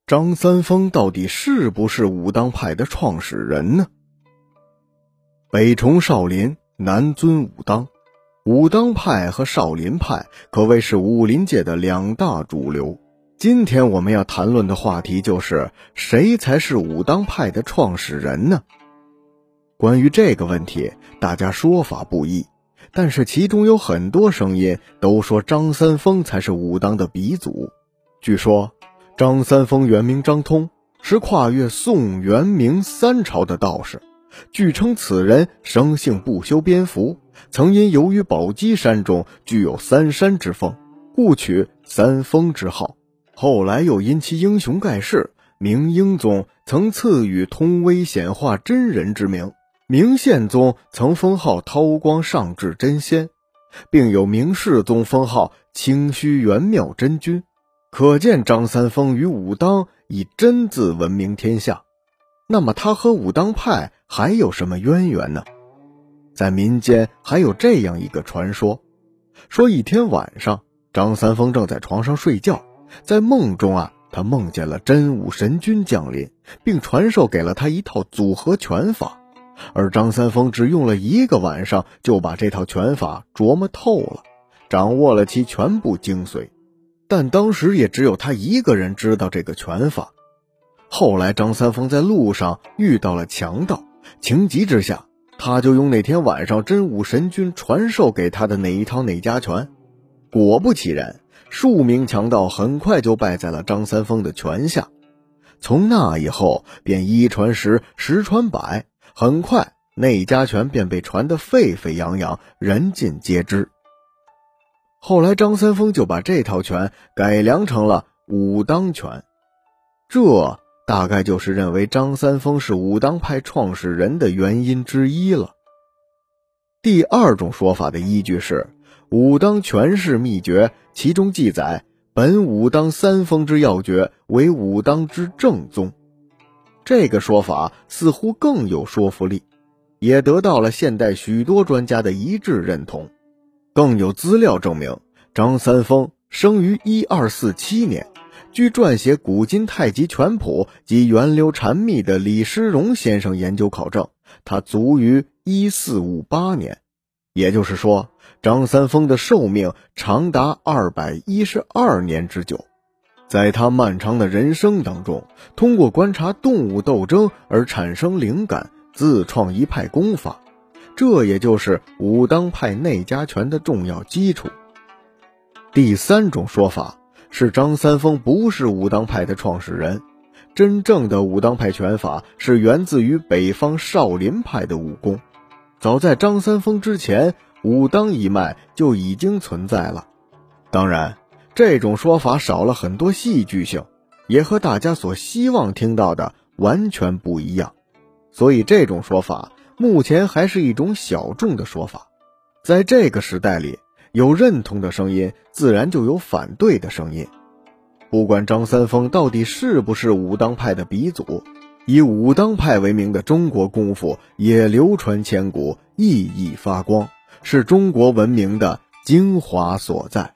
张三丰到底是不是武当派的创始人呢？北崇少林，南尊武当，武当派和少林派可谓是武林界的两大主流。今天我们要谈论的话题就是谁才是武当派的创始人呢？关于这个问题，大家说法不一，但是其中有很多声音都说张三丰才是武当的鼻祖。据说张三丰原名张通，是跨越宋元明三朝的道士。据称此人生性不修边幅，曾因由于宝鸡山中具有三山之风，故取三丰之号。后来又因其英雄盖世，明英宗曾赐予通威显化真人之名，明宪宗曾封号韬光上至真仙，并有明世宗封号清虚元妙真君。可见张三丰与武当以真字闻名天下。那么他和武当派还有什么渊源呢？在民间还有这样一个传说，说一天晚上，张三丰正在床上睡觉，在梦中他梦见了真武神君降临，并传授给了他一套组合拳法，而张三丰只用了1个晚上就把这套拳法琢磨透了，掌握了其全部精髓。但当时也只有他一个人知道这个拳法。后来张三丰在路上遇到了强盗，情急之下，他就用那天晚上真武神君传授给他的那一套内家拳。果不其然，数名强盗很快就败在了张三丰的拳下。从那以后便一传十，十传百，很快内家拳便被传得沸沸扬扬，人尽皆知。后来张三丰就把这套拳改良成了武当拳，这大概就是认为张三丰是武当派创始人的原因之一了。第二种说法的依据是武当拳式秘诀，其中记载本武当三丰之要诀为武当之正宗。这个说法似乎更有说服力，也得到了现代许多专家的一致认同。更有资料证明，张三丰生于1247年，据撰写古今太极拳谱及源流禅秘的李师荣先生研究考证，他卒于1458年。也就是说，张三丰的寿命长达212年之久。在他漫长的人生当中，通过观察动物斗争而产生灵感，自创一派功法，这也就是武当派内家拳的重要基础。第三种说法是张三丰不是武当派的创始人，真正的武当派拳法是源自于北方少林派的武功。早在张三丰之前，武当一脉就已经存在了。当然，这种说法少了很多戏剧性，也和大家所希望听到的完全不一样。所以这种说法目前还是一种小众的说法。在这个时代里，有认同的声音，自然就有反对的声音。不管张三丰到底是不是武当派的鼻祖，以武当派为名的中国功夫也流传千古，熠熠发光，是中国文明的精华所在。